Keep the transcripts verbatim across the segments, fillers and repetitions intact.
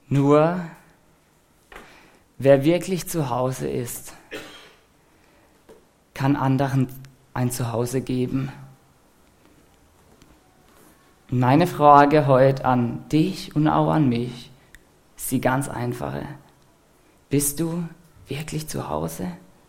Nur wer wirklich zu Hause ist, kann anderen ein Zuhause geben. Meine Frage heute an dich und auch an mich ist die ganz einfache. Bist du wirklich zu Hause?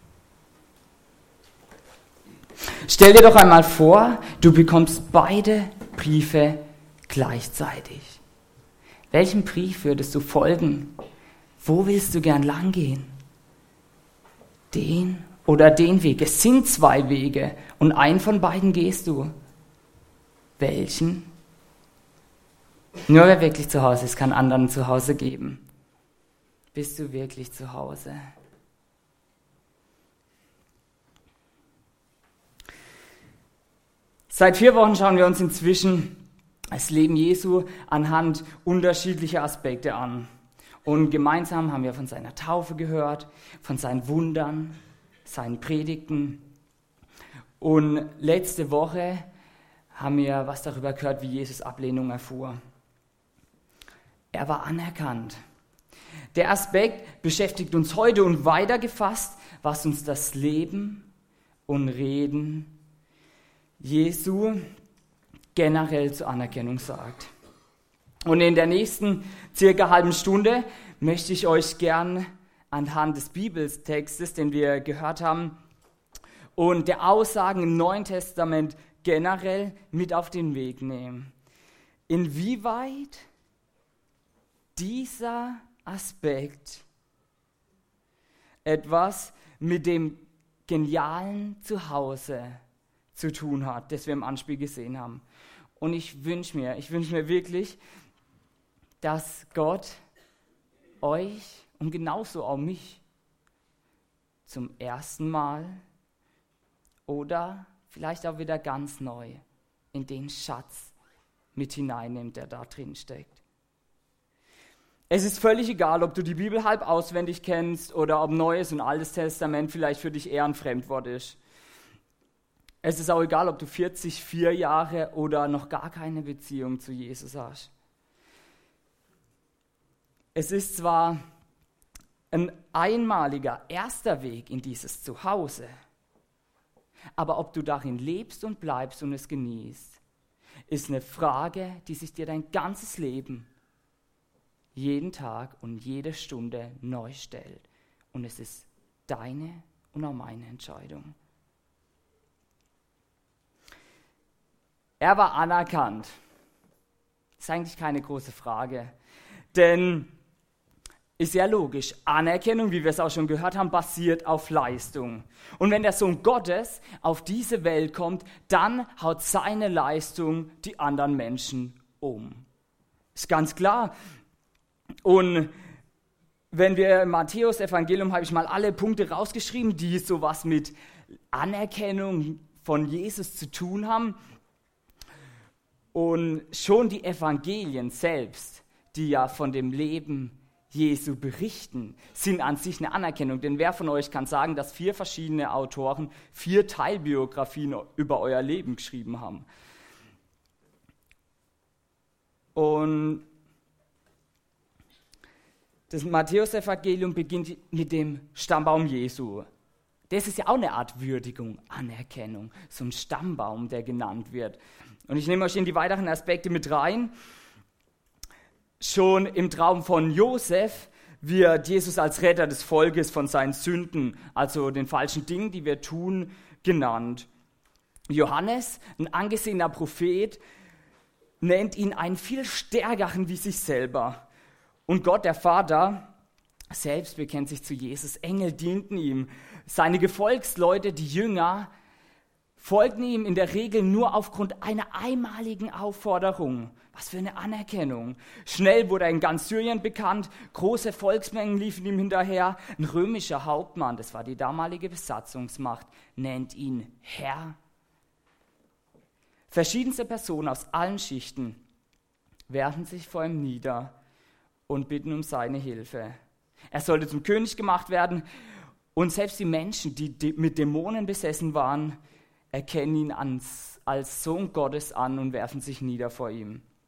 Stell dir doch einmal vor, du bekommst beide Briefe gleichzeitig. Welchem Brief würdest du folgen? Wo willst du gern lang gehen? Den oder den Weg? Es sind zwei Wege und einen von beiden gehst du. Welchen? Nur wer wirklich zu Hause ist, kann anderen zu Hause geben. Bist du wirklich zu Hause? Seit vier Wochen schauen wir uns inzwischen das Leben Jesu anhand unterschiedlicher Aspekte an. Und gemeinsam haben wir von seiner Taufe gehört, von seinen Wundern, seinen Predigten. Und letzte Woche haben wir was darüber gehört, wie Jesus Ablehnung erfuhr. Er war anerkannt. Der Aspekt beschäftigt uns heute und weiter gefasst, was uns das Leben und Reden Jesu generell zur Anerkennung sagt. Und in der nächsten circa halben Stunde möchte ich euch gern anhand des Bibeltextes, den wir gehört haben, und der Aussagen im Neuen Testament generell mit auf den Weg nehmen. Inwieweit dieser Aspekt etwas mit dem genialen Zuhause zu tun hat, das wir im Anspiel gesehen haben. Und ich wünsche mir, ich wünsche mir wirklich, dass Gott euch und genauso auch mich zum ersten Mal oder vielleicht auch wieder ganz neu in den Schatz mit hineinnimmt, der da drin steckt. Es ist völlig egal, ob du die Bibel halb auswendig kennst oder ob Neues und Altes Testament vielleicht für dich eher ein Fremdwort ist. Es ist auch egal, ob du vierzig, vier Jahre oder noch gar keine Beziehung zu Jesus hast. Es ist zwar ein einmaliger erster Weg in dieses Zuhause, aber ob du darin lebst und bleibst und es genießt, ist eine Frage, die sich dir dein ganzes Leben jeden Tag und jede Stunde neu stellt. Und es ist deine und auch meine Entscheidung. Er war anerkannt. Das ist eigentlich keine große Frage. Denn ist ja logisch, Anerkennung, wie wir es auch schon gehört haben, basiert auf Leistung. Und wenn der Sohn Gottes auf diese Welt kommt, dann haut seine Leistung die anderen Menschen um. Ist ganz klar. Und wenn wir im Matthäus-Evangelium, habe ich mal alle Punkte rausgeschrieben, die sowas mit Anerkennung von Jesus zu tun haben. Und schon die Evangelien selbst, die ja von dem Leben Jesu berichten, sind an sich eine Anerkennung. Denn wer von euch kann sagen, dass vier verschiedene Autoren vier Teilbiografien über euer Leben geschrieben haben? Und das Matthäus-Evangelium beginnt mit dem Stammbaum Jesu. Das ist ja auch eine Art Würdigung, Anerkennung, so ein Stammbaum, der genannt wird. Und ich nehme euch in die weiteren Aspekte mit rein. Schon im Traum von Josef wird Jesus als Retter des Volkes von seinen Sünden, also den falschen Dingen, die wir tun, genannt. Johannes, ein angesehener Prophet, nennt ihn einen viel stärkeren wie sich selber. Und Gott, der Vater, selbst bekennt sich zu Jesus. Engel dienten ihm. Seine Gefolgsleute, die Jünger, folgten ihm in der Regel nur aufgrund einer einmaligen Aufforderung. Was für eine Anerkennung. Schnell wurde er in ganz Syrien bekannt, große Volksmengen liefen ihm hinterher. Ein römischer Hauptmann, das war die damalige Besatzungsmacht, nennt ihn Herr. Verschiedenste Personen aus allen Schichten werfen sich vor ihm nieder und bitten um seine Hilfe. Er sollte zum König gemacht werden und selbst die Menschen, die mit Dämonen besessen waren, erkennen ihn als, als Sohn Gottes an und werfen sich nieder vor ihm.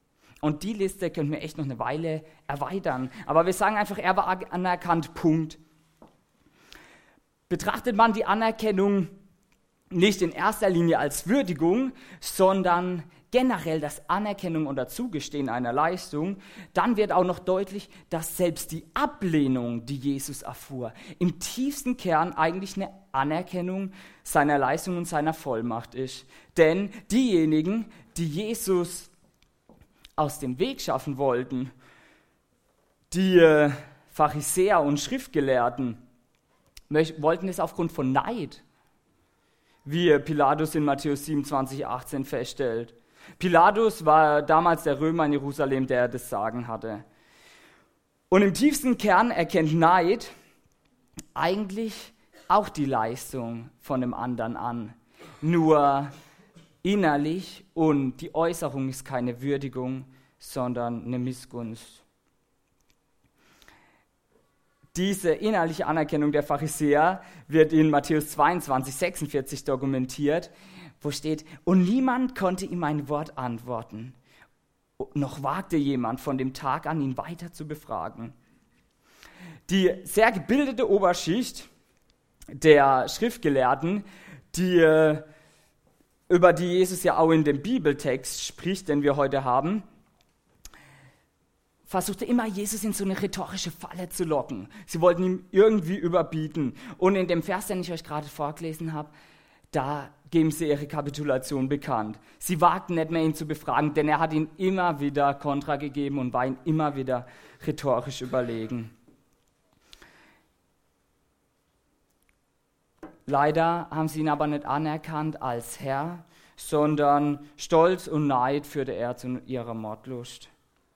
Und die Liste könnten wir echt noch eine Weile erweitern. Aber wir sagen einfach, er war anerkannt, Punkt. Betrachtet man die Anerkennung nicht in erster Linie als Würdigung, sondern generell das Anerkennung oder Zugestehen einer Leistung, dann wird auch noch deutlich, dass selbst die Ablehnung, die Jesus erfuhr, im tiefsten Kern eigentlich eine Anerkennung seiner Leistung und seiner Vollmacht ist. Denn diejenigen, die Jesus aus dem Weg schaffen wollten, die äh, Pharisäer und Schriftgelehrten, wollten es aufgrund von Neid, wie Pilatus in Matthäus siebenundzwanzig, achtzehn feststellt. Pilatus war damals der Römer in Jerusalem, der das Sagen hatte. Und im tiefsten Kern erkennt Neid eigentlich auch die Leistung von dem anderen an. Nur innerlich, und die Äußerung ist keine Würdigung, sondern eine Missgunst. Diese innerliche Anerkennung der Pharisäer wird in Matthäus zweiundzwanzig, sechsundvierzig dokumentiert, wo steht, und niemand konnte ihm ein Wort antworten, noch wagte jemand von dem Tag an, ihn weiter zu befragen. Die sehr gebildete Oberschicht der Schriftgelehrten, die, über die Jesus ja auch in dem Bibeltext spricht, den wir heute haben, versuchte immer, Jesus in so eine rhetorische Falle zu locken. Sie wollten ihm irgendwie überbieten. Und in dem Vers, den ich euch gerade vorgelesen habe, da geben sie ihre Kapitulation bekannt. Sie wagten nicht mehr, ihn zu befragen, denn er hat ihnen immer wieder Kontra gegeben und war ihnen immer wieder rhetorisch überlegen. Leider haben sie ihn aber nicht anerkannt als Herr, sondern Stolz und Neid führte er zu ihrer Mordlust.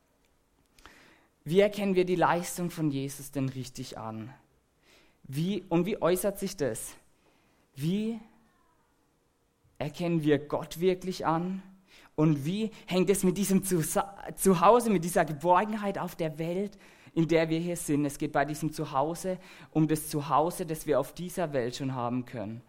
Wie erkennen wir die Leistung von Jesus denn richtig an? Wie, und wie äußert sich das? Wie erkennen wir Gott wirklich an? Und wie hängt es mit diesem Zuhause, mit dieser Geborgenheit auf der Welt, in der wir hier sind? Es geht bei diesem Zuhause um das Zuhause, das wir auf dieser Welt schon haben können.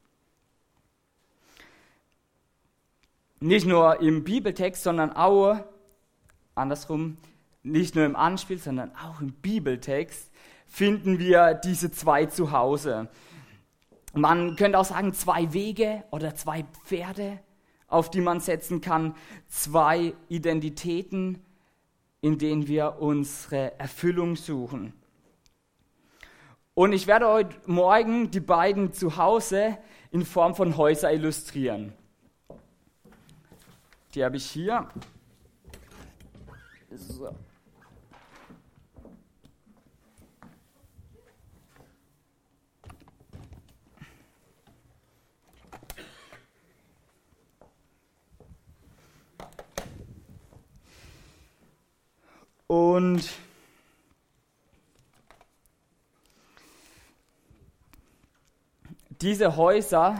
Nicht nur im Bibeltext, sondern auch, andersrum, nicht nur im Anspiel, sondern auch im Bibeltext finden wir diese zwei Zuhause. Man könnte auch sagen, zwei Wege oder zwei Pferde, auf die man setzen kann, zwei Identitäten, in denen wir unsere Erfüllung suchen. Und ich werde heute Morgen die beiden Zuhause in Form von Häusern illustrieren. Die habe ich hier. So. Und diese Häuser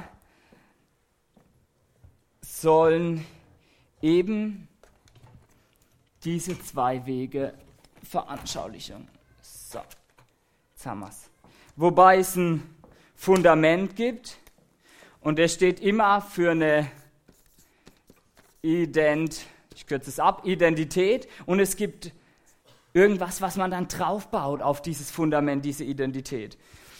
sollen eben diese zwei Wege veranschaulichen. So, jetzt haben wir es. Wobei es ein Fundament gibt und es steht immer für eine Ident, ich kürze es ab, Identität, und es gibt irgendwas, was man dann draufbaut auf dieses Fundament, diese Identität.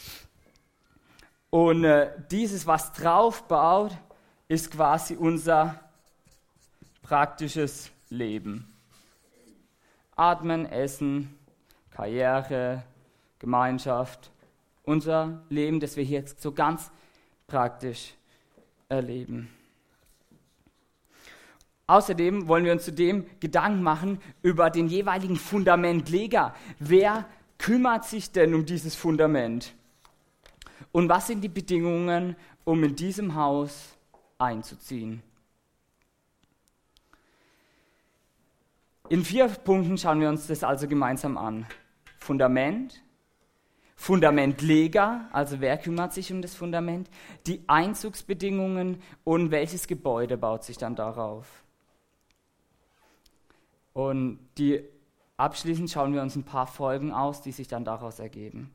Und äh, dieses, was draufbaut, ist quasi unser praktisches Leben. Atmen, Essen, Karriere, Gemeinschaft, unser Leben, das wir hier so ganz praktisch erleben. Außerdem wollen wir uns zudem Gedanken machen über den jeweiligen Fundamentleger. Wer kümmert sich denn um dieses Fundament? Und was sind die Bedingungen, um in diesem Haus einzuziehen? In vier Punkten schauen wir uns das also gemeinsam an. Fundament, Fundamentleger, also wer kümmert sich um das Fundament, die Einzugsbedingungen und welches Gebäude baut sich dann darauf. Und die, abschließend schauen wir uns ein paar Folgen aus, die sich dann daraus ergeben.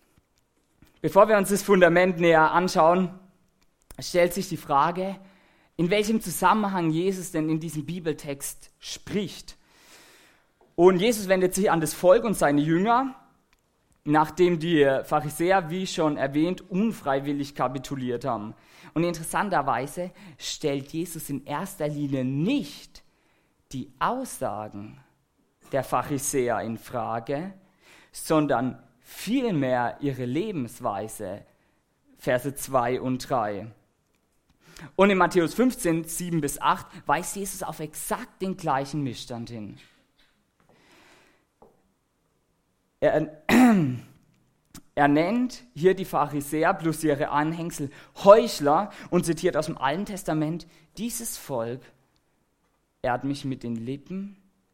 Bevor wir uns das Fundament näher anschauen, stellt sich die Frage, in welchem Zusammenhang Jesus denn in diesem Bibeltext spricht. Und Jesus wendet sich an das Volk und seine Jünger, nachdem die Pharisäer, wie schon erwähnt, unfreiwillig kapituliert haben. Und interessanterweise stellt Jesus in erster Linie nicht die Aussagen der Pharisäer in Frage, sondern vielmehr ihre Lebensweise, Verse zwei und drei. Und in Matthäus fünfzehn, sieben bis acht weist Jesus auf exakt den gleichen Missstand hin. Er, er nennt hier die Pharisäer plus ihre Anhängsel Heuchler und zitiert aus dem Alten Testament: Dieses Volk ehrt mich mit den Lippen,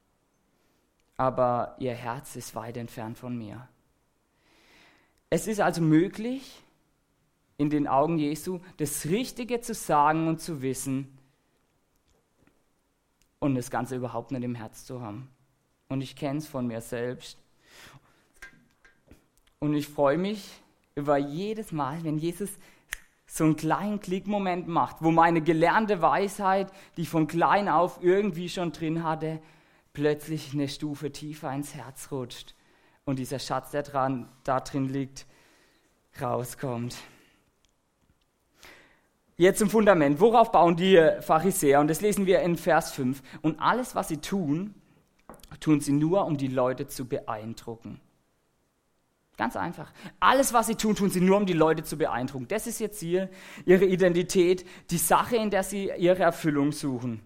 aber ihr Herz ist weit entfernt von mir. Es ist also möglich, in den Augen Jesu das Richtige zu sagen und zu wissen und das Ganze überhaupt nicht im Herz zu haben. Und ich kenne es von mir selbst. Und ich freue mich über jedes Mal, wenn Jesus so einen kleinen Klickmoment macht, wo meine gelernte Weisheit, die ich von klein auf irgendwie schon drin hatte, plötzlich eine Stufe tiefer ins Herz rutscht und dieser Schatz, der dran, da drin liegt, rauskommt. Jetzt zum Fundament. Worauf bauen die Pharisäer? Und das lesen wir in Vers fünf. Und alles, was sie tun, tun sie nur, um die Leute zu beeindrucken. Ganz einfach. Alles, was sie tun, tun sie nur, um die Leute zu beeindrucken. Das ist ihr Ziel, ihre Identität, die Sache, in der sie ihre Erfüllung suchen.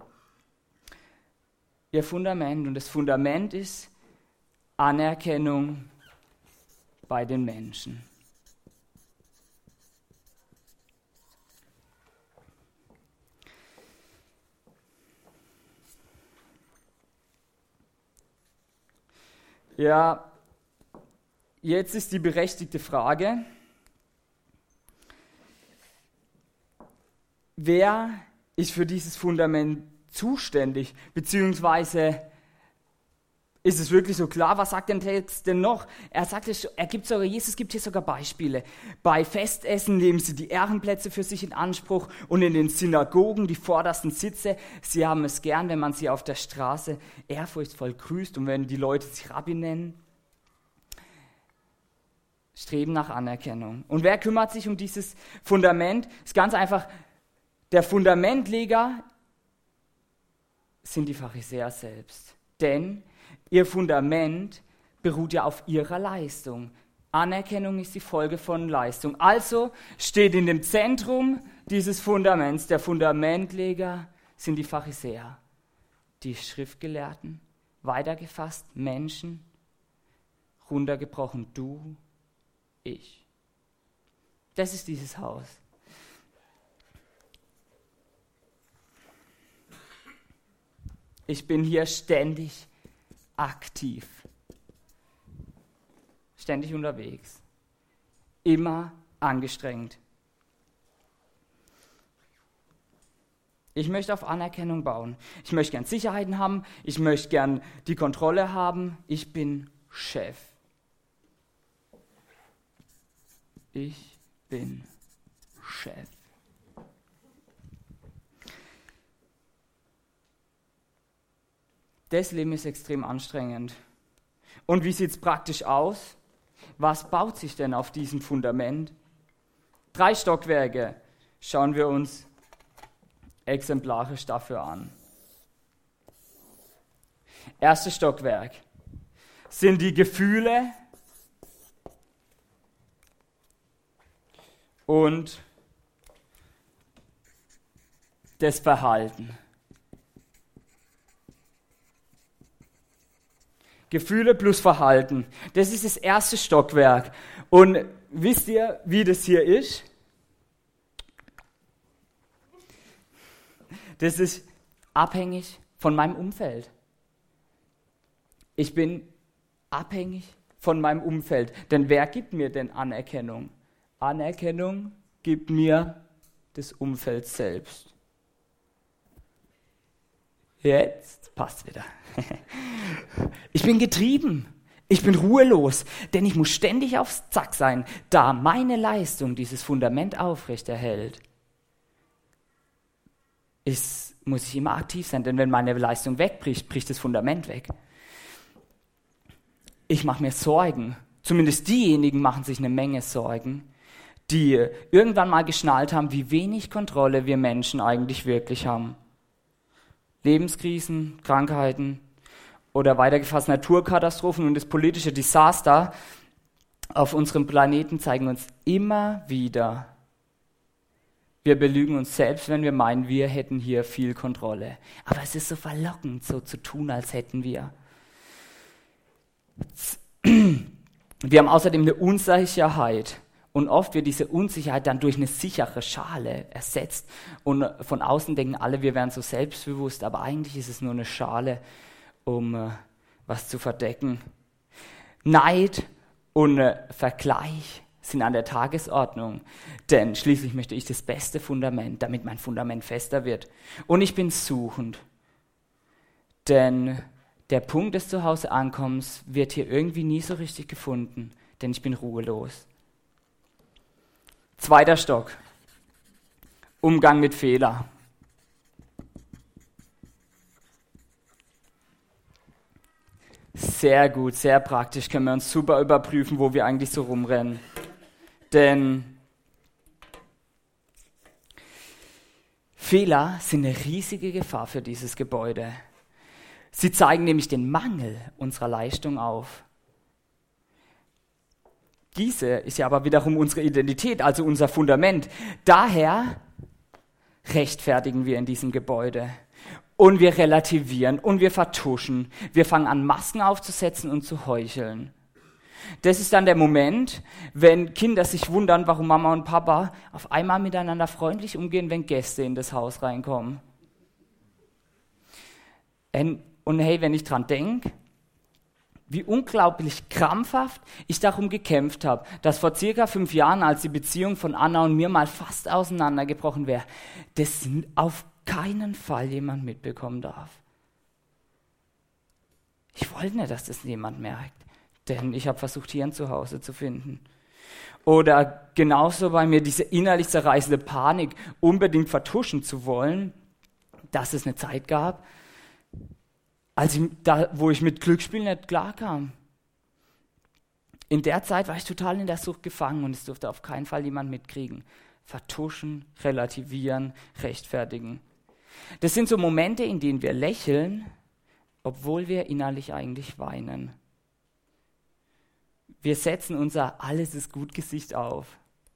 Ihr Fundament. Und das Fundament ist Anerkennung bei den Menschen. Ja, jetzt ist die berechtigte Frage, wer ist für dieses Fundament zuständig, beziehungsweise ist es wirklich so klar, was sagt der Text denn noch? Er sagt, er gibt sogar, Jesus gibt hier sogar Beispiele. Bei Festessen nehmen sie die Ehrenplätze für sich in Anspruch und in den Synagogen die vordersten Sitze. Sie haben es gern, wenn man sie auf der Straße ehrfurchtsvoll grüßt und wenn die Leute sich Rabbi nennen. Streben nach Anerkennung. Und wer kümmert sich um dieses Fundament? Ist ganz einfach, der Fundamentleger sind die Pharisäer selbst. Denn ihr Fundament beruht ja auf ihrer Leistung. Anerkennung ist die Folge von Leistung. Also steht in dem Zentrum dieses Fundaments, der Fundamentleger sind die Pharisäer, die Schriftgelehrten, weitergefasst Menschen, runtergebrochen du, ich. Das ist dieses Haus. Ich bin hier ständig aktiv, ständig unterwegs, immer angestrengt. Ich möchte auf Anerkennung bauen. Ich möchte gern Sicherheiten haben. Ich möchte gern die Kontrolle haben. Ich bin Chef. Ich bin Chef. Das Leben ist extrem anstrengend. Und wie sieht es praktisch aus? Was baut sich denn auf diesem Fundament? Drei Stockwerke schauen wir uns exemplarisch dafür an. Erstes Stockwerk sind die Gefühle und das Verhalten. Gefühle plus Verhalten. Das ist das erste Stockwerk. Und wisst ihr, wie das hier ist? Das ist abhängig von meinem Umfeld. Ich bin abhängig von meinem Umfeld. Denn wer gibt mir denn Anerkennung? Anerkennung gibt mir das Umfeld selbst. Jetzt passt wieder. Ich bin getrieben. Ich bin ruhelos, denn ich muss ständig aufs Zack sein, da meine Leistung dieses Fundament aufrechterhält. ist, muss ich immer aktiv sein, denn wenn meine Leistung wegbricht, bricht das Fundament weg. Ich mache mir Sorgen. Zumindest diejenigen machen sich eine Menge Sorgen, die irgendwann mal geschnallt haben, wie wenig Kontrolle wir Menschen eigentlich wirklich haben. Lebenskrisen, Krankheiten oder weitergefasst Naturkatastrophen und das politische Desaster auf unserem Planeten zeigen uns immer wieder, wir belügen uns selbst, wenn wir meinen, wir hätten hier viel Kontrolle. Aber es ist so verlockend, so zu tun, als hätten wir. Wir haben außerdem eine Unsicherheit. Und oft wird diese Unsicherheit dann durch eine sichere Schale ersetzt. Und von außen denken alle, wir wären so selbstbewusst, aber eigentlich ist es nur eine Schale, um äh, was zu verdecken. Neid und äh, Vergleich sind an der Tagesordnung, denn schließlich möchte ich das beste Fundament, damit mein Fundament fester wird. Und ich bin suchend, denn der Punkt des Zuhause-Ankommens wird hier irgendwie nie so richtig gefunden, denn ich bin ruhelos. Zweiter Stock, Umgang mit Fehler. Sehr gut, sehr praktisch, können wir uns super überprüfen, wo wir eigentlich so rumrennen. Denn Fehler sind eine riesige Gefahr für dieses Gebäude. Sie zeigen nämlich den Mangel unserer Leistung auf. Diese ist ja aber wiederum unsere Identität, also unser Fundament. Daher rechtfertigen wir in diesem Gebäude. Und wir relativieren und wir vertuschen. Wir fangen an, Masken aufzusetzen und zu heucheln. Das ist dann der Moment, wenn Kinder sich wundern, warum Mama und Papa auf einmal miteinander freundlich umgehen, wenn Gäste in das Haus reinkommen. Und hey, wenn ich dran denke, wie unglaublich krampfhaft ich darum gekämpft habe, dass vor circa fünf Jahren, als die Beziehung von Anna und mir mal fast auseinandergebrochen wäre, das auf keinen Fall jemand mitbekommen darf. Ich wollte nicht, dass das jemand merkt, denn ich habe versucht, hier ein Zuhause zu finden. Oder genauso bei mir diese innerlich zerreißende Panik, unbedingt vertuschen zu wollen, dass es eine Zeit gab, als ich, da, wo ich mit Glücksspiel nicht klarkam. In der Zeit war ich total in der Sucht gefangen und es durfte auf keinen Fall jemand mitkriegen. Vertuschen, relativieren, rechtfertigen. Das sind so Momente, in denen wir lächeln, obwohl wir innerlich eigentlich weinen. Wir setzen unser Alles ist gut Gesicht auf,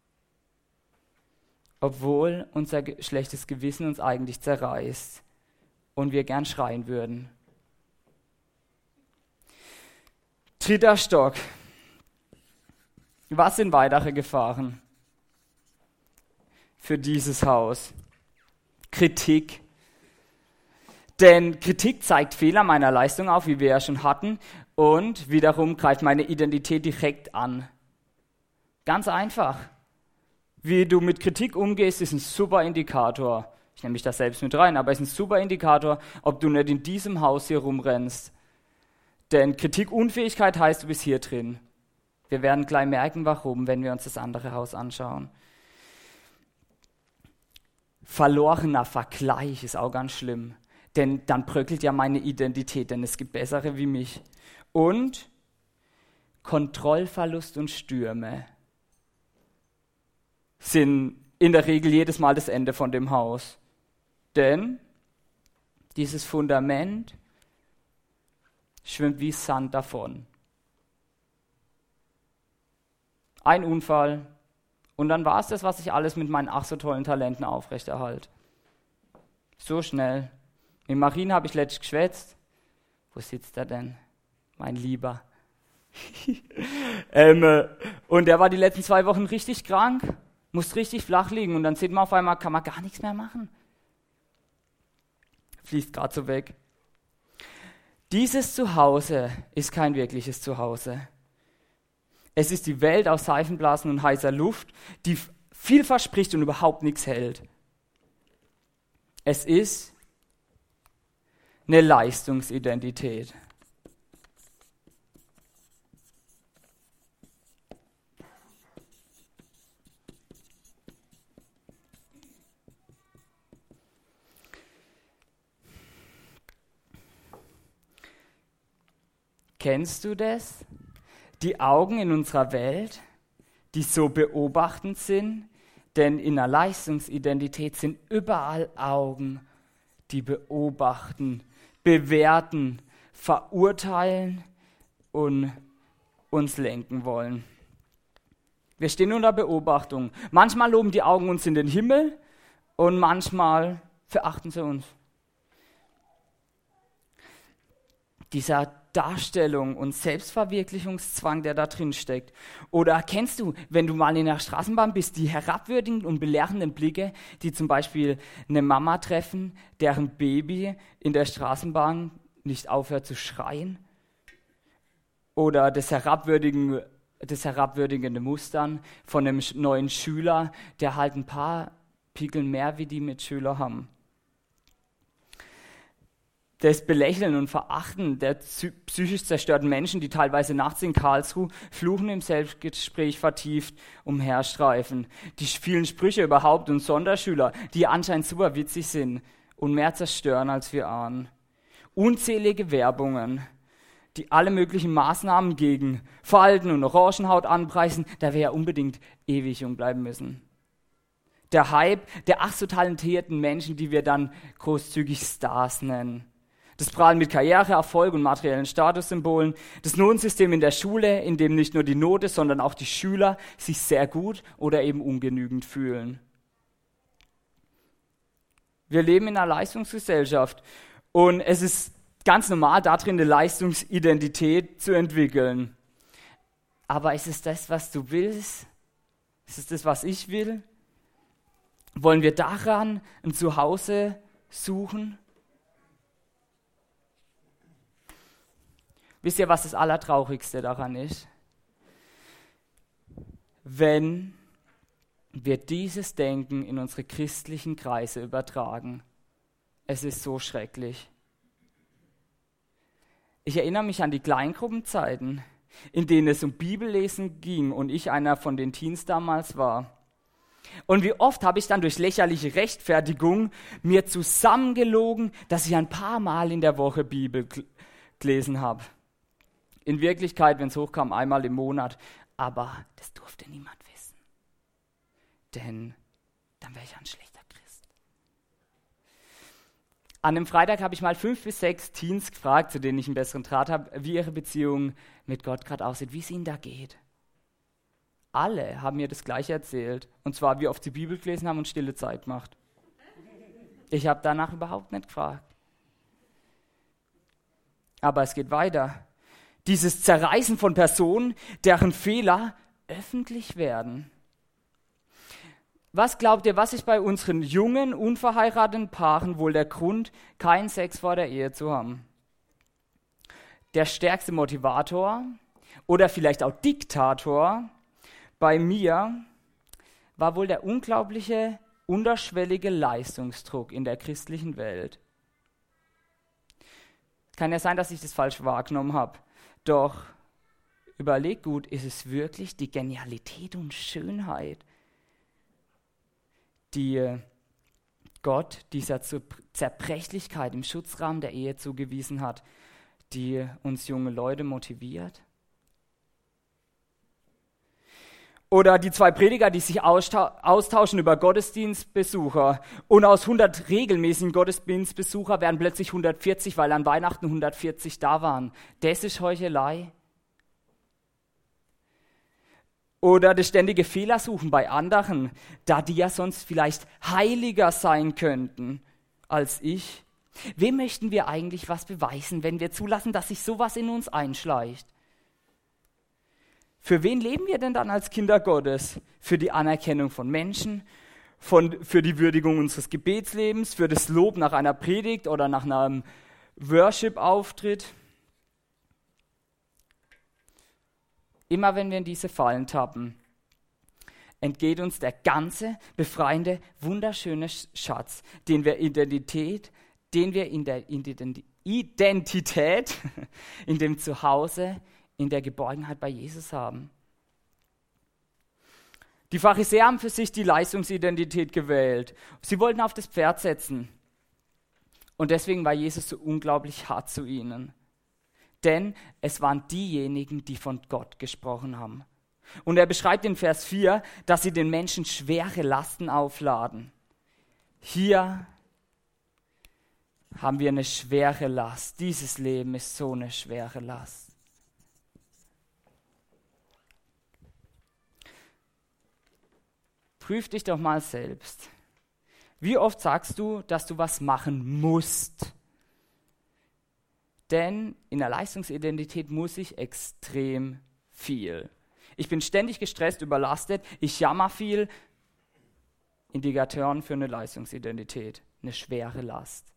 obwohl unser ge- schlechtes Gewissen uns eigentlich zerreißt und wir gern schreien würden. Dritter Stock. Was sind weitere Gefahren für dieses Haus? Kritik. Denn Kritik zeigt Fehler meiner Leistung auf, wie wir ja schon hatten, und wiederum greift meine Identität direkt an. Ganz einfach. Wie du mit Kritik umgehst, ist ein super Indikator. Ich nehme mich da selbst mit rein, aber es ist ein super Indikator, ob du nicht in diesem Haus hier rumrennst. Denn Kritikunfähigkeit heißt, du bist hier drin. Wir werden gleich merken, warum, wenn wir uns das andere Haus anschauen. Verlorener Vergleich ist auch ganz schlimm. Denn dann bröckelt ja meine Identität, denn es gibt Bessere wie mich. Und Kontrollverlust und Stürme sind in der Regel jedes Mal das Ende von dem Haus. Denn dieses Fundament schwimmt wie Sand davon. Ein Unfall und dann war es das, was ich alles mit meinen ach so tollen Talenten aufrechterhalte. So schnell. Mit Marien habe ich letztens geschwätzt. Wo sitzt er denn? Mein Lieber. ähm, äh, und der war die letzten zwei Wochen richtig krank, musste richtig flach liegen und dann sieht man auf einmal, kann man gar nichts mehr machen. Fließt gerade so weg. Dieses Zuhause ist kein wirkliches Zuhause. Es ist die Welt aus Seifenblasen und heißer Luft, die viel verspricht und überhaupt nichts hält. Es ist eine Leistungsidentität. Kennst du das? Die Augen in unserer Welt, die so beobachtend sind, denn in der Leistungsidentität sind überall Augen, die beobachten, bewerten, verurteilen und uns lenken wollen. Wir stehen unter Beobachtung. Manchmal loben die Augen uns in den Himmel und manchmal verachten sie uns. Dieser Darstellung und Selbstverwirklichungszwang, der da drin steckt. Oder kennst du, wenn du mal in der Straßenbahn bist, die herabwürdigenden und belehrenden Blicke, die zum Beispiel eine Mama treffen, deren Baby in der Straßenbahn nicht aufhört zu schreien? Oder das herabwürdigende, das herabwürdigende Mustern von einem neuen Schüler, der halt ein paar Pickel mehr wie die Mitschüler haben. Das Belächeln und Verachten der psychisch zerstörten Menschen, die teilweise nachts in Karlsruhe fluchen im Selbstgespräch vertieft umherstreifen. Die vielen Sprüche über Haupt- und Sonderschüler, die anscheinend super witzig sind und mehr zerstören, als wir ahnen. Unzählige Werbungen, die alle möglichen Maßnahmen gegen Falten und Orangenhaut anpreisen, da wir ja unbedingt ewig jung bleiben müssen. Der Hype der ach so talentierten Menschen, die wir dann großzügig Stars nennen. Das Prahlen mit Karriere, Erfolg und materiellen Statussymbolen. Das Notensystem in der Schule, in dem nicht nur die Note, sondern auch die Schüler sich sehr gut oder eben ungenügend fühlen. Wir leben in einer Leistungsgesellschaft und es ist ganz normal, darin eine Leistungsidentität zu entwickeln. Aber ist es das, was du willst? Ist es das, was ich will? Wollen wir daran ein Zuhause suchen? Wisst ihr, was das Allertraurigste daran ist? Wenn wir dieses Denken in unsere christlichen Kreise übertragen. Es ist so schrecklich. Ich erinnere mich an die Kleingruppenzeiten, in denen es um Bibellesen ging und ich einer von den Teens damals war. Und wie oft habe ich dann durch lächerliche Rechtfertigung mir zusammengelogen, dass ich ein paar Mal in der Woche Bibel gelesen habe. In Wirklichkeit, wenn es hochkam, einmal im Monat. Aber das durfte niemand wissen. Denn dann wäre ich ein schlechter Christ. An einem Freitag habe ich mal fünf bis sechs Teens gefragt, zu denen ich einen besseren Draht habe, wie ihre Beziehung mit Gott gerade aussieht, wie es ihnen da geht. Alle haben mir das Gleiche erzählt. Und zwar, wie oft sie Bibel gelesen haben und stille Zeit gemacht. Ich habe danach überhaupt nicht gefragt. Aber es geht weiter. Dieses Zerreißen von Personen, deren Fehler öffentlich werden. Was glaubt ihr, was ist bei unseren jungen, unverheirateten Paaren wohl der Grund, keinen Sex vor der Ehe zu haben? Der stärkste Motivator oder vielleicht auch Diktator bei mir war wohl der unglaubliche, unterschwellige Leistungsdruck in der christlichen Welt. Kann ja sein, dass ich das falsch wahrgenommen habe. Doch überleg gut, ist es wirklich die Genialität und Schönheit, die Gott dieser Zerbrechlichkeit im Schutzrahmen der Ehe zugewiesen hat, die uns junge Leute motiviert? Oder die zwei Prediger, die sich austauschen über Gottesdienstbesucher. Und aus hundert regelmäßigen Gottesdienstbesucher werden plötzlich hundertvierzig, weil an Weihnachten hundertvierzig da waren. Das ist Heuchelei. Oder das ständige Fehlersuchen bei anderen, da die ja sonst vielleicht heiliger sein könnten als ich. Wem möchten wir eigentlich was beweisen, wenn wir zulassen, dass sich sowas in uns einschleicht? Für wen leben wir denn dann als Kinder Gottes? Für die Anerkennung von Menschen, von, für die Würdigung unseres Gebetslebens, für das Lob nach einer Predigt oder nach einem Worship-Auftritt? Immer wenn wir in diese Fallen tappen, entgeht uns der ganze, befreiende, wunderschöne Schatz, den wir Identität, den wir in der Identität, in dem Zuhause, in der Geborgenheit bei Jesus haben. Die Pharisäer haben für sich die Leistungsidentität gewählt. Sie wollten auf das Pferd setzen. Und deswegen war Jesus so unglaublich hart zu ihnen. denn es waren diejenigen, die von Gott gesprochen haben. Und er beschreibt in Vers vier, dass sie den Menschen schwere Lasten aufladen. Hier haben wir eine schwere Last. Dieses Leben ist so eine schwere Last. Prüf dich doch mal selbst. Wie oft sagst du, dass du was machen musst? Denn in der Leistungsidentität muss ich extrem viel. Ich bin ständig gestresst, überlastet, ich jammer viel. Indikatoren für eine Leistungsidentität, eine schwere Last.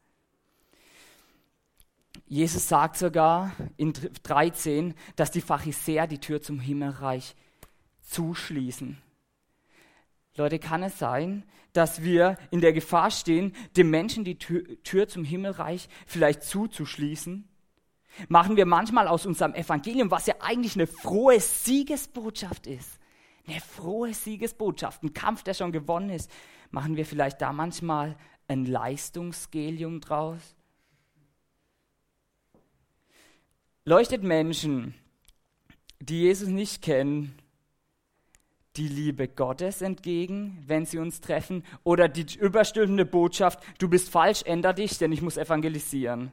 Jesus sagt sogar in dreizehn, dass die Pharisäer die Tür zum Himmelreich zuschließen. Leute, kann es sein, dass wir in der Gefahr stehen, dem Menschen die Tür, Tür zum Himmelreich vielleicht zuzuschließen? Machen wir manchmal aus unserem Evangelium, was ja eigentlich eine frohe Siegesbotschaft ist, eine frohe Siegesbotschaft, ein Kampf, der schon gewonnen ist, machen wir vielleicht da manchmal ein Leistungsgelium draus? Leuchtet Menschen, die Jesus nicht kennen, die Liebe Gottes entgegen, wenn sie uns treffen? Oder die überstülpende Botschaft, du bist falsch, änder dich, denn ich muss evangelisieren?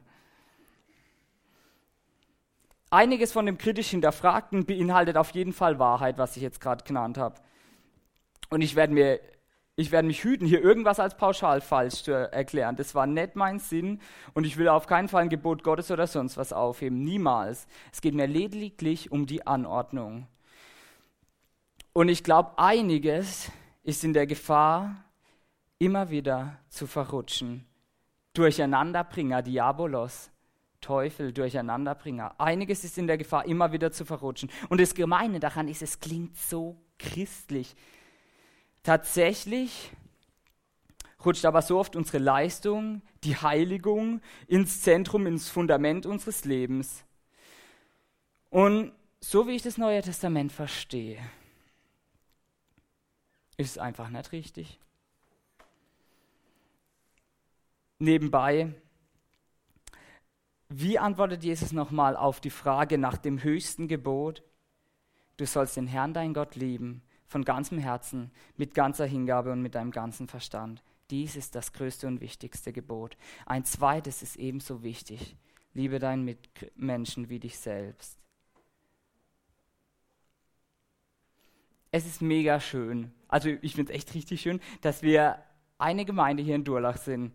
Einiges von dem kritisch Hinterfragten beinhaltet auf jeden Fall Wahrheit, was ich jetzt gerade genannt habe. Und ich werde mir, ich werde mich hüten, hier irgendwas als pauschal falsch zu erklären. Das war nicht mein Sinn und ich will auf keinen Fall ein Gebot Gottes oder sonst was aufheben. Niemals. Es geht mir lediglich um die Anordnung. Und ich glaube, einiges ist in der Gefahr, immer wieder zu verrutschen. Durcheinanderbringer, Diabolos, Teufel, Durcheinanderbringer. Einiges ist in der Gefahr, immer wieder zu verrutschen. Und das Gemeine daran ist, es klingt so christlich. Tatsächlich rutscht aber so oft unsere Leistung, die Heiligung ins Zentrum, ins Fundament unseres Lebens. Und so wie ich das Neue Testament verstehe, ist es einfach nicht richtig. Nebenbei, wie antwortet Jesus nochmal auf die Frage nach dem höchsten Gebot? Du sollst den Herrn, dein Gott, lieben, von ganzem Herzen, mit ganzer Hingabe und mit deinem ganzen Verstand. Dies ist das größte und wichtigste Gebot. Ein zweites ist ebenso wichtig. Liebe deinen Mitmenschen wie dich selbst. Es ist mega schön, also ich finde es echt richtig schön, dass wir eine Gemeinde hier in Durlach sind.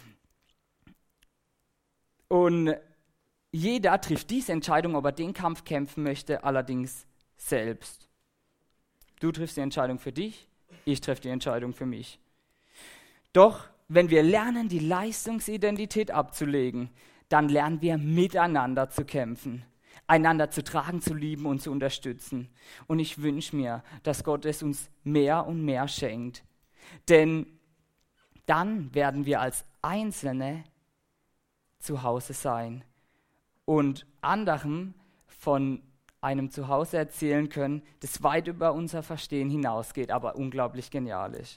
Und jeder trifft diese Entscheidung, ob er den Kampf kämpfen möchte, allerdings selbst. Du triffst die Entscheidung für dich, ich treffe die Entscheidung für mich. Doch wenn wir lernen, die Leistungsidentität abzulegen, dann lernen wir miteinander zu kämpfen. Einander zu tragen, zu lieben und zu unterstützen. Und ich wünsche mir, dass Gott es uns mehr und mehr schenkt. Denn dann werden wir als Einzelne zu Hause sein und anderen von einem Zuhause erzählen können, das weit über unser Verstehen hinausgeht, aber unglaublich genial ist.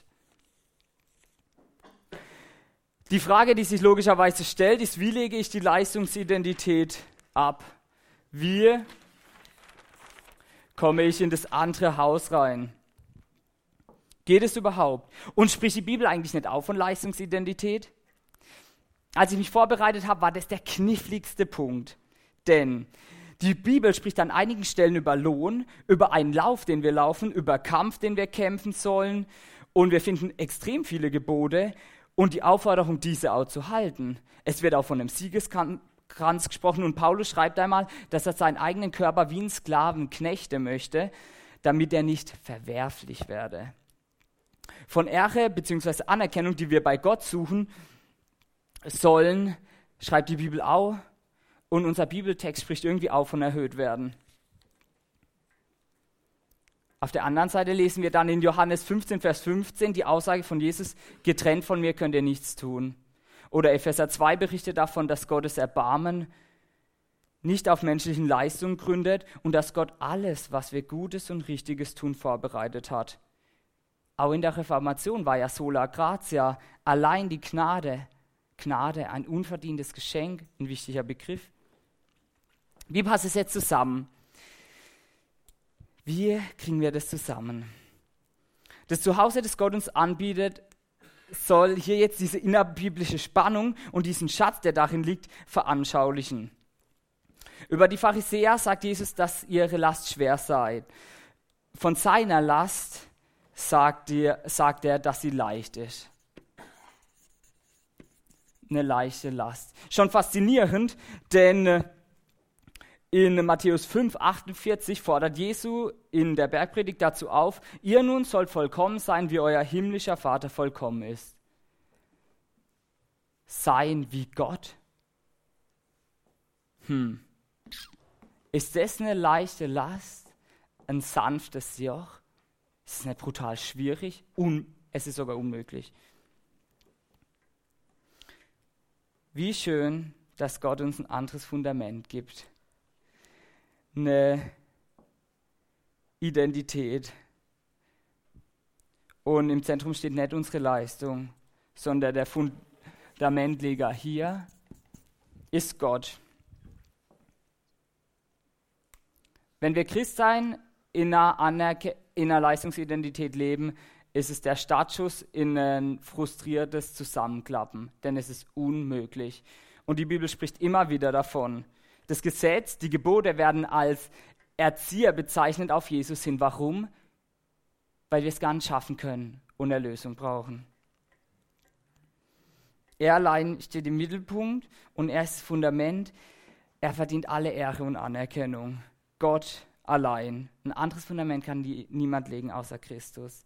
Die Frage, die sich logischerweise stellt, ist, wie lege ich die Leistungsidentität ab? Wie komme ich in das andere Haus rein? Geht es überhaupt? Und spricht die Bibel eigentlich nicht auch von Leistungsidentität? Als ich mich vorbereitet habe, war das der kniffligste Punkt. Denn die Bibel spricht an einigen Stellen über Lohn, über einen Lauf, den wir laufen, über Kampf, den wir kämpfen sollen. Und wir finden extrem viele Gebote und die Aufforderung, diese auch zu halten. Es wird auch von einem Siegeskranz gesprochen und Paulus schreibt einmal, dass er seinen eigenen Körper wie einen Sklaven knechte möchte, damit er nicht verwerflich werde. Von Ehre bzw. Anerkennung, die wir bei Gott suchen sollen, schreibt die Bibel auch und unser Bibeltext spricht irgendwie auch von erhöht werden. Auf der anderen Seite lesen wir dann in Johannes fünfzehn, Vers fünfzehn die Aussage von Jesus, getrennt von mir könnt ihr nichts tun. Oder Epheser zwei berichtet davon, dass Gottes Erbarmen nicht auf menschlichen Leistungen gründet und dass Gott alles, was wir Gutes und Richtiges tun, vorbereitet hat. Auch in der Reformation war ja sola gratia, allein die Gnade, Gnade, ein unverdientes Geschenk, ein wichtiger Begriff. Wie passt es jetzt zusammen? Wie kriegen wir das zusammen? Das Zuhause, das Gott uns anbietet, soll hier jetzt diese innerbiblische Spannung und diesen Schatz, der darin liegt, veranschaulichen. Über die Pharisäer sagt Jesus, dass ihre Last schwer sei. Von seiner Last sagt er, sagt er, dass sie leicht ist. Eine leichte Last. Schon faszinierend, denn in Matthäus fünf, achtundvierzig fordert Jesu in der Bergpredigt dazu auf, ihr nun sollt vollkommen sein, wie euer himmlischer Vater vollkommen ist. Sein wie Gott? Hm. Ist das eine leichte Last? Ein sanftes Joch? Ist es nicht brutal schwierig? Un- es ist sogar unmöglich. Wie schön, dass Gott uns ein anderes Fundament gibt. Eine Identität. Und im Zentrum steht nicht unsere Leistung, sondern der Fundamentleger hier ist Gott. Wenn wir Christsein in einer, Anerke- in einer Leistungsidentität leben, ist es der Startschuss in ein frustriertes Zusammenklappen, denn es ist unmöglich. Und die Bibel spricht immer wieder davon. Das Gesetz, die Gebote werden als Erzieher bezeichnet auf Jesus hin. Warum? Weil wir es gar nicht schaffen können und Erlösung brauchen. Er allein steht im Mittelpunkt und er ist das Fundament. Er verdient alle Ehre und Anerkennung. Gott allein. Ein anderes Fundament kann die, niemand legen außer Christus.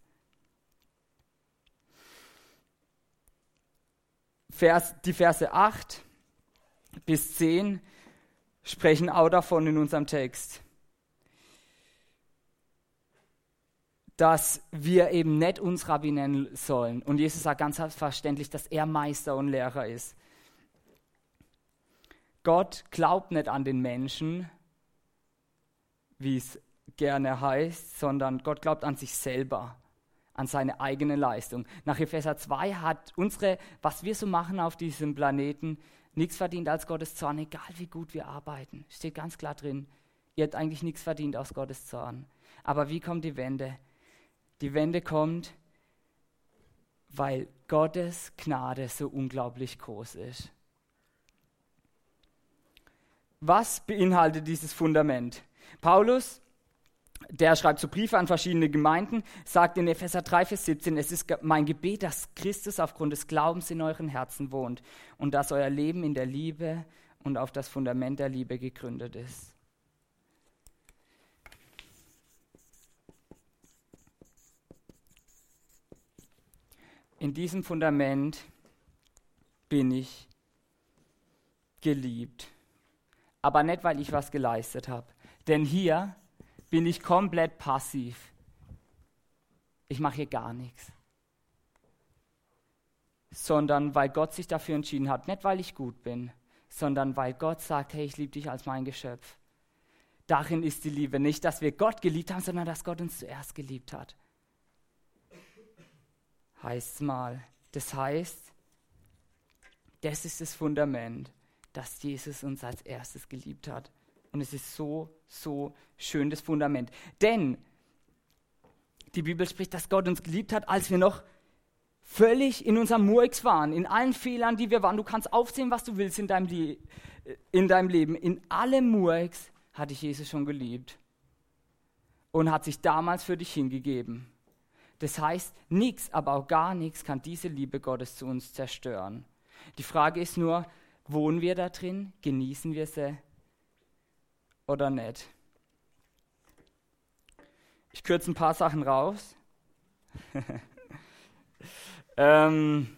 Vers, die Verse acht bis zehn sprechen auch davon in unserem Text, dass wir eben nicht uns Rabbi nennen sollen. Und Jesus sagt ganz selbstverständlich, dass er Meister und Lehrer ist. Gott glaubt nicht an den Menschen, wie es gerne heißt, sondern Gott glaubt an sich selber, an seine eigene Leistung. Nach Epheser zwei hat unsere, was wir so machen auf diesem Planeten, nichts verdient als Gottes Zorn, egal wie gut wir arbeiten. Steht ganz klar drin. Ihr habt eigentlich nichts verdient aus Gottes Zorn. Aber wie kommt die Wende? Die Wende kommt, weil Gottes Gnade so unglaublich groß ist. Was beinhaltet dieses Fundament? Paulus, der schreibt so Briefe an verschiedene Gemeinden, sagt in Epheser drei, Vers siebzehn, es ist mein Gebet, dass Christus aufgrund des Glaubens in euren Herzen wohnt und dass euer Leben in der Liebe und auf das Fundament der Liebe gegründet ist. In diesem Fundament bin ich geliebt. Aber nicht, weil ich was geleistet habe. Denn hier bin ich komplett passiv. Ich mache hier gar nichts. Sondern weil Gott sich dafür entschieden hat. Nicht, weil ich gut bin, sondern weil Gott sagt, hey, ich liebe dich als mein Geschöpf. Darin ist die Liebe. Nicht, dass wir Gott geliebt haben, sondern dass Gott uns zuerst geliebt hat. Heißt mal. Das heißt, das ist das Fundament, dass Jesus uns als erstes geliebt hat. Und es ist so, so schön, das Fundament. Denn die Bibel spricht, dass Gott uns geliebt hat, als wir noch völlig in unserem Murks waren, in allen Fehlern, die wir waren. Du kannst aufsehen, was du willst in deinem, Le- in deinem Leben. In allem Murks hat dich Jesus schon geliebt und hat sich damals für dich hingegeben. Das heißt, nichts, aber auch gar nichts kann diese Liebe Gottes zu uns zerstören. Die Frage ist nur, wohnen wir da drin? Genießen wir sie oder nicht? Ich kürze ein paar Sachen raus. ähm,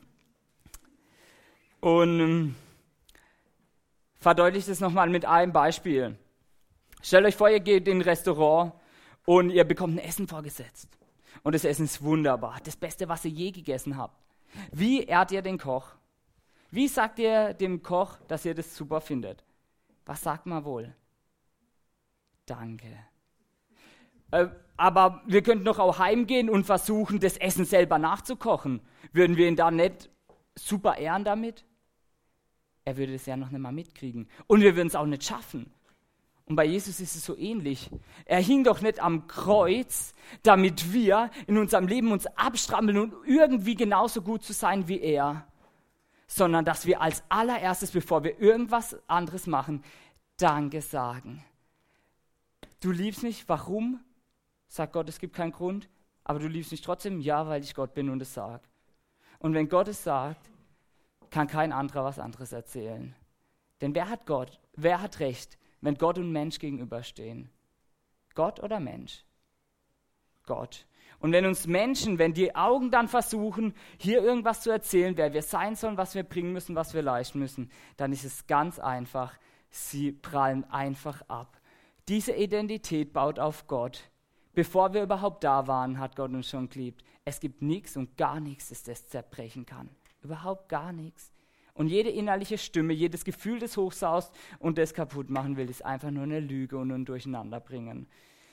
und ähm, verdeutliche es nochmal mit einem Beispiel. Stellt euch vor, ihr geht in ein Restaurant und ihr bekommt ein Essen vorgesetzt. Und das Essen ist wunderbar. Das Beste, was ihr je gegessen habt. Wie ehrt ihr den Koch? Wie sagt ihr dem Koch, dass ihr das super findet? Was sagt man wohl? Danke. Äh, aber wir könnten doch auch heimgehen und versuchen, das Essen selber nachzukochen. Würden wir ihn da nicht super ehren damit? Er würde es ja noch nicht mal mitkriegen. Und wir würden es auch nicht schaffen. Und bei Jesus ist es so ähnlich. Er hing doch nicht am Kreuz, damit wir in unserem Leben uns abstrampeln und irgendwie genauso gut zu sein wie er, sondern dass wir als allererstes, bevor wir irgendwas anderes machen, Danke sagen. Du liebst mich, warum? Sagt Gott, es gibt keinen Grund, aber du liebst mich trotzdem? Ja, weil ich Gott bin und es sage. Und wenn Gott es sagt, kann kein anderer was anderes erzählen. Denn wer hat Gott? Wer hat Recht, wenn Gott und Mensch gegenüberstehen? Gott oder Mensch? Gott. Und wenn uns Menschen, wenn die Augen dann versuchen, hier irgendwas zu erzählen, wer wir sein sollen, was wir bringen müssen, was wir leisten müssen, dann ist es ganz einfach, sie prallen einfach ab. Diese Identität baut auf Gott. Bevor wir überhaupt da waren, hat Gott uns schon geliebt. Es gibt nichts und gar nichts, das das zerbrechen kann. Überhaupt gar nichts. Und jede innerliche Stimme, jedes Gefühl, das hochsaust und das kaputt machen will, ist einfach nur eine Lüge und ein Durcheinanderbringen.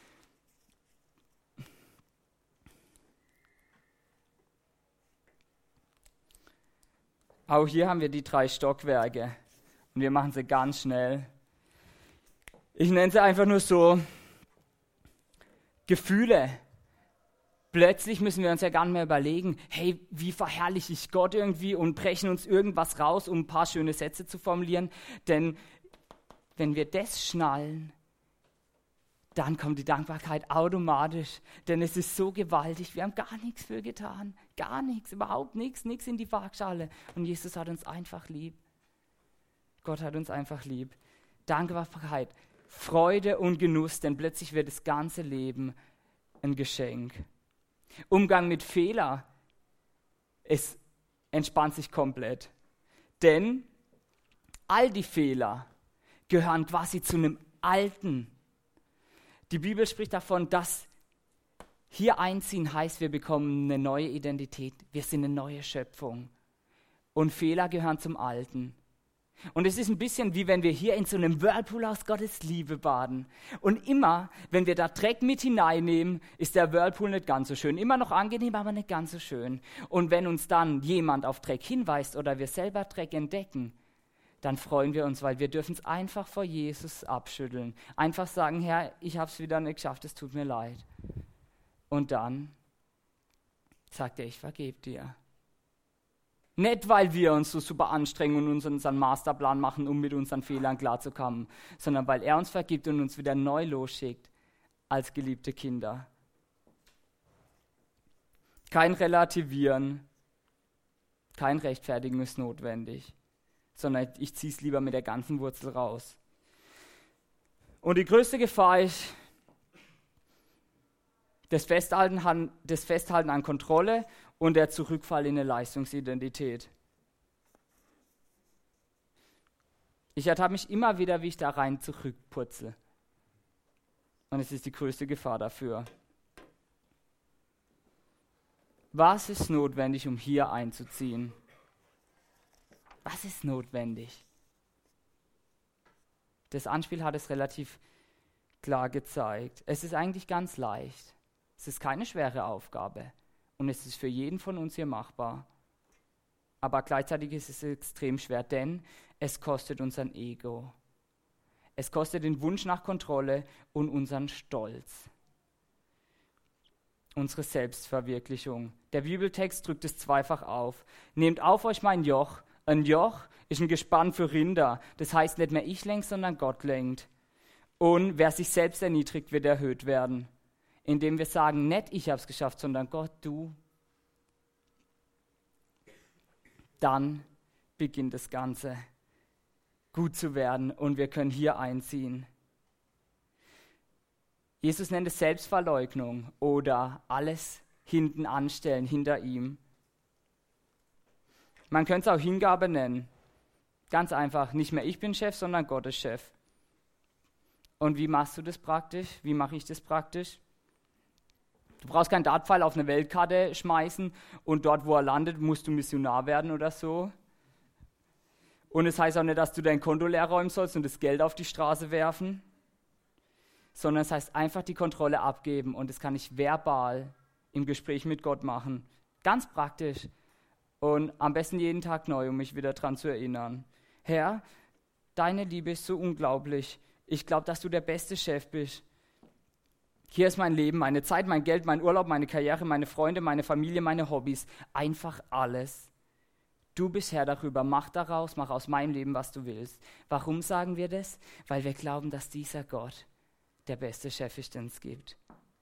Auch hier haben wir die drei Stockwerke und wir machen sie ganz schnell. Ich nenne sie einfach nur so Gefühle. Plötzlich müssen wir uns ja gar nicht mehr überlegen, hey, wie verherrliche ich Gott irgendwie und brechen uns irgendwas raus, um ein paar schöne Sätze zu formulieren. Denn wenn wir das schnallen, dann kommt die Dankbarkeit automatisch. Denn es ist so gewaltig, wir haben gar nichts für getan. Gar nichts, überhaupt nichts, nichts in die Waagschale. Und Jesus hat uns einfach lieb. Gott hat uns einfach lieb. Dankbarkeit, Freude und Genuss, denn plötzlich wird das ganze Leben ein Geschenk. Umgang mit Fehler, es entspannt sich komplett. Denn all die Fehler gehören quasi zu einem Alten. Die Bibel spricht davon, dass hier einziehen heißt, wir bekommen eine neue Identität. Wir sind eine neue Schöpfung. Und Fehler gehören zum Alten. Und es ist ein bisschen wie wenn wir hier in so einem Whirlpool aus Gottes Liebe baden. Und immer, wenn wir da Dreck mit hineinnehmen, ist der Whirlpool nicht ganz so schön. Immer noch angenehm, aber nicht ganz so schön. Und wenn uns dann jemand auf Dreck hinweist oder wir selber Dreck entdecken, dann freuen wir uns, weil wir dürfen es einfach vor Jesus abschütteln. Einfach sagen, Herr, ich habe es wieder nicht geschafft, es tut mir leid. Und dann sagt er, ich vergebe dir. Nicht, weil wir uns so super anstrengen und uns unseren Masterplan machen, um mit unseren Fehlern klarzukommen, sondern weil er uns vergibt und uns wieder neu losschickt als geliebte Kinder. Kein Relativieren, kein Rechtfertigen ist notwendig, sondern ich ziehe es lieber mit der ganzen Wurzel raus. Und die größte Gefahr ist das Festhalten an, das Festhalten an Kontrolle und der Zurückfall in eine Leistungsidentität. Ich ertappe mich immer wieder, wie ich da rein zurückputze. Und es ist die größte Gefahr dafür. Was ist notwendig, um hier einzuziehen? Was ist notwendig? Das Anspiel hat es relativ klar gezeigt. Es ist eigentlich ganz leicht. Es ist keine schwere Aufgabe. Und es ist für jeden von uns hier machbar. Aber gleichzeitig ist es extrem schwer, denn es kostet unseren Ego. Es kostet den Wunsch nach Kontrolle und unseren Stolz. Unsere Selbstverwirklichung. Der Bibeltext drückt es zweifach auf. Nehmt auf euch mein Joch. Ein Joch ist ein Gespann für Rinder. Das heißt, nicht mehr ich lenke, sondern Gott lenkt. Und wer sich selbst erniedrigt, wird erhöht werden. Indem wir sagen, nicht ich habe es geschafft, sondern Gott, du. Dann beginnt das Ganze gut zu werden und wir können hier einziehen. Jesus nennt es Selbstverleugnung oder alles hinten anstellen, hinter ihm. Man könnte es auch Hingabe nennen. Ganz einfach, nicht mehr ich bin Chef, sondern Gott ist Chef. Und wie machst du das praktisch? Wie mache ich das praktisch? Du brauchst keinen Dartpfeil auf eine Weltkarte schmeißen und dort, wo er landet, musst du Missionar werden oder so. Und es heißt auch nicht, dass du dein Konto leer räumen sollst und das Geld auf die Straße werfen, sondern es heißt einfach die Kontrolle abgeben und das kann ich verbal im Gespräch mit Gott machen. Ganz praktisch und am besten jeden Tag neu, um mich wieder daran zu erinnern. Herr, deine Liebe ist so unglaublich. Ich glaube, dass du der beste Chef bist. Hier ist mein Leben, meine Zeit, mein Geld, mein Urlaub, meine Karriere, meine Freunde, meine Familie, meine Hobbys. Einfach alles. Du bist Herr darüber. Mach daraus, mach aus meinem Leben, was du willst. Warum sagen wir das? Weil wir glauben, dass dieser Gott der beste Chef ist, den es gibt.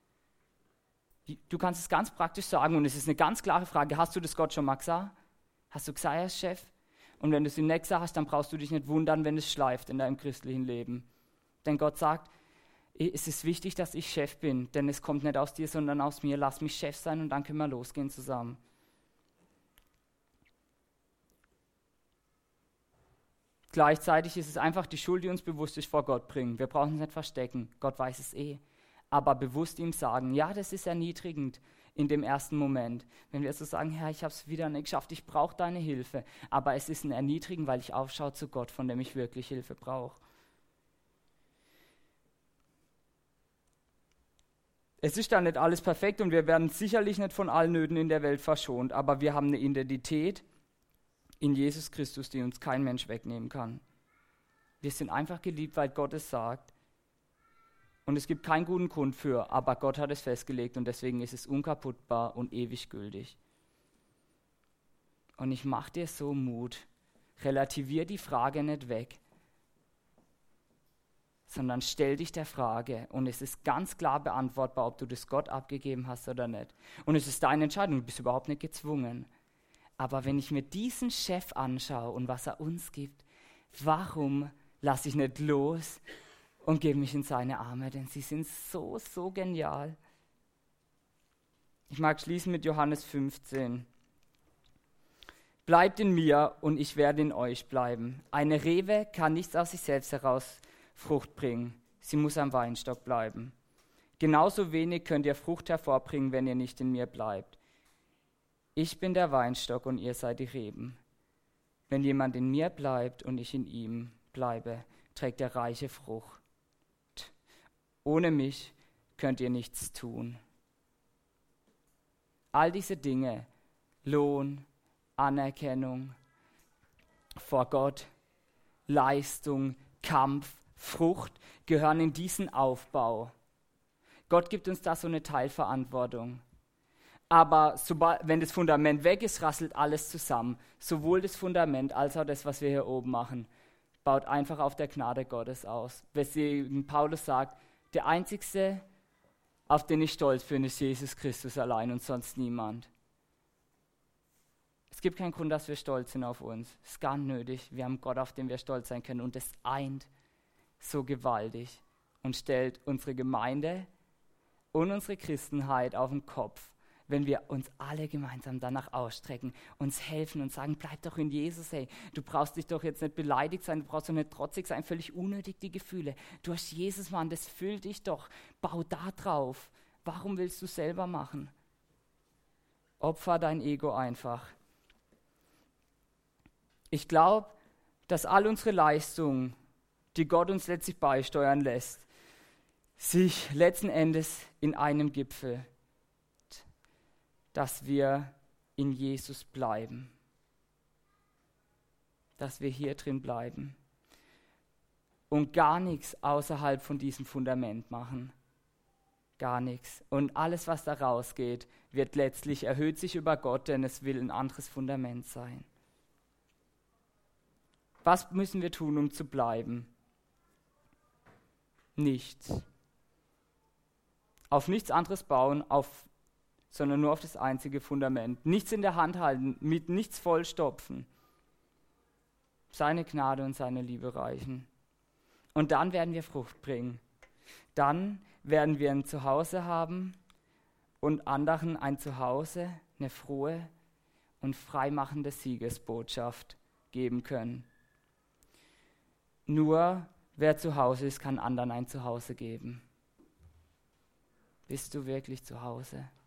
Du kannst es ganz praktisch sagen und es ist eine ganz klare Frage. Hast du das Gott schon mal gesagt? Hast du gesagt, er ist Chef? Und wenn du es ihm nicht gesagt hast, dann brauchst du dich nicht wundern, wenn es schleift in deinem christlichen Leben. Denn Gott sagt, es ist wichtig, dass ich Chef bin, denn es kommt nicht aus dir, sondern aus mir. Lass mich Chef sein und dann können wir losgehen zusammen. Gleichzeitig ist es einfach die Schuld, die uns bewusst ist, vor Gott bringen. Wir brauchen es nicht verstecken. Gott weiß es eh. Aber bewusst ihm sagen, ja, das ist erniedrigend in dem ersten Moment. Wenn wir so sagen, Herr, ich habe es wieder nicht geschafft, ich brauche deine Hilfe. Aber es ist ein Erniedrigen, weil ich aufschaue zu Gott, von dem ich wirklich Hilfe brauche. Es ist dann nicht alles perfekt und wir werden sicherlich nicht von allen Nöten in der Welt verschont, aber wir haben eine Identität in Jesus Christus, die uns kein Mensch wegnehmen kann. Wir sind einfach geliebt, weil Gott es sagt. Und es gibt keinen guten Grund für, aber Gott hat es festgelegt und deswegen ist es unkaputtbar und ewig gültig. Und ich mache dir so Mut, relativier die Frage nicht weg, sondern stell dich der Frage und es ist ganz klar beantwortbar, ob du das Gott abgegeben hast oder nicht. Und es ist deine Entscheidung, du bist überhaupt nicht gezwungen. Aber wenn ich mir diesen Chef anschaue und was er uns gibt, warum lasse ich nicht los und gebe mich in seine Arme? Denn sie sind so, so genial. Ich mag schließen mit Johannes fünfzehn. Bleibt in mir und ich werde in euch bleiben. Eine Rebe kann nichts aus sich selbst heraus Frucht bringen. Sie muss am Weinstock bleiben. Genauso wenig könnt ihr Frucht hervorbringen, wenn ihr nicht in mir bleibt. Ich bin der Weinstock und ihr seid die Reben. Wenn jemand in mir bleibt und ich in ihm bleibe, trägt er reiche Frucht. Ohne mich könnt ihr nichts tun. All diese Dinge, Lohn, Anerkennung vor Gott, Leistung, Kampf, Frucht, gehören in diesen Aufbau. Gott gibt uns da so eine Teilverantwortung. Aber sobald, wenn das Fundament weg ist, rasselt alles zusammen. Sowohl das Fundament als auch das, was wir hier oben machen, baut einfach auf der Gnade Gottes aus. Weswegen Paulus sagt, der Einzige, auf den ich stolz bin, ist Jesus Christus allein und sonst niemand. Es gibt keinen Grund, dass wir stolz sind auf uns. Es ist gar nicht nötig. Wir haben Gott, auf den wir stolz sein können. Und das eint so gewaltig und stellt unsere Gemeinde und unsere Christenheit auf den Kopf, wenn wir uns alle gemeinsam danach ausstrecken, uns helfen und sagen, bleib doch in Jesus, hey, du brauchst dich doch jetzt nicht beleidigt sein, du brauchst doch nicht trotzig sein, völlig unnötig die Gefühle. Du hast Jesus, Mann, das füllt dich doch, bau da drauf. Warum willst du selber machen? Opfer dein Ego einfach. Ich glaube, dass all unsere Leistungen, die Gott uns letztlich beisteuern lässt, sich letzten Endes in einem Gipfel, dass wir in Jesus bleiben, dass wir hier drin bleiben und gar nichts außerhalb von diesem Fundament machen, gar nichts. Und alles, was da rausgeht, wird letztlich, erhöht sich über Gott, denn es will ein anderes Fundament sein. Was müssen wir tun, um zu bleiben? Nichts. Auf nichts anderes bauen, auf sondern nur auf das einzige Fundament. Nichts in der Hand halten, mit nichts vollstopfen. Seine Gnade und seine Liebe reichen. Und dann werden wir Frucht bringen. Dann werden wir ein Zuhause haben und anderen ein Zuhause, eine frohe und freimachende Siegesbotschaft geben können. Nur wer zu Hause ist, kann anderen ein Zuhause geben. Bist du wirklich zu Hause?